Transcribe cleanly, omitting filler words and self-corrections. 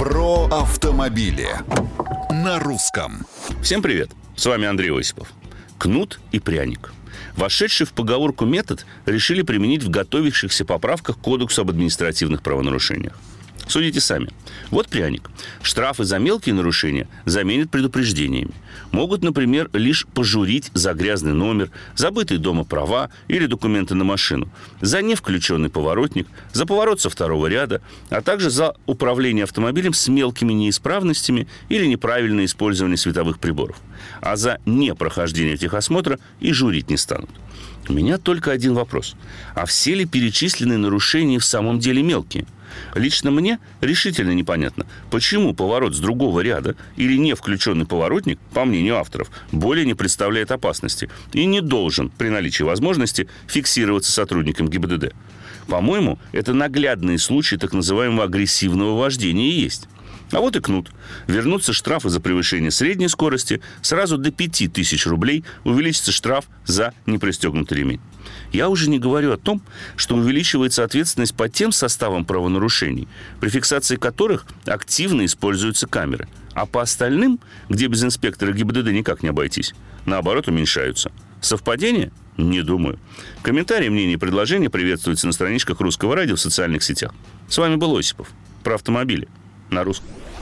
Про автомобили на русском. Всем привет, с вами Андрей Осипов. Кнут и пряник. Вошедший в поговорку метод решили применить в готовящихся поправках к Кодексу об административных правонарушениях. Судите сами. Вот пряник. Штрафы за мелкие нарушения заменят предупреждениями. Могут, например, лишь пожурить за грязный номер, забытые дома права или документы на машину, за невключенный поворотник, за поворот со второго ряда, а также за управление автомобилем с мелкими неисправностями или неправильное использование световых приборов. А за непрохождение техосмотра и журить не станут. У меня только один вопрос. А все ли перечисленные нарушения в самом деле мелкие? Лично мне решительно непонятно, почему поворот с другого ряда или не включенный поворотник, по мнению авторов, более не представляет опасности и не должен при наличии возможности фиксироваться сотрудникам ГИБДД. По-моему, это наглядные случаи так называемого агрессивного вождения и есть. А вот и кнут. Вернутся штрафы за превышение средней скорости, сразу до 5000 рублей увеличится штраф за непристегнутый ремень. Я уже не говорю о том, что увеличивается ответственность по тем составам правонарушений, при фиксации которых активно используются камеры. А по остальным, где без инспектора ГИБДД никак не обойтись, наоборот, уменьшаются. Совпадение? Не думаю. Комментарии, мнения и предложения приветствуются на страничках Русского радио в социальных сетях. С вами был Осипов. Про автомобили на русском.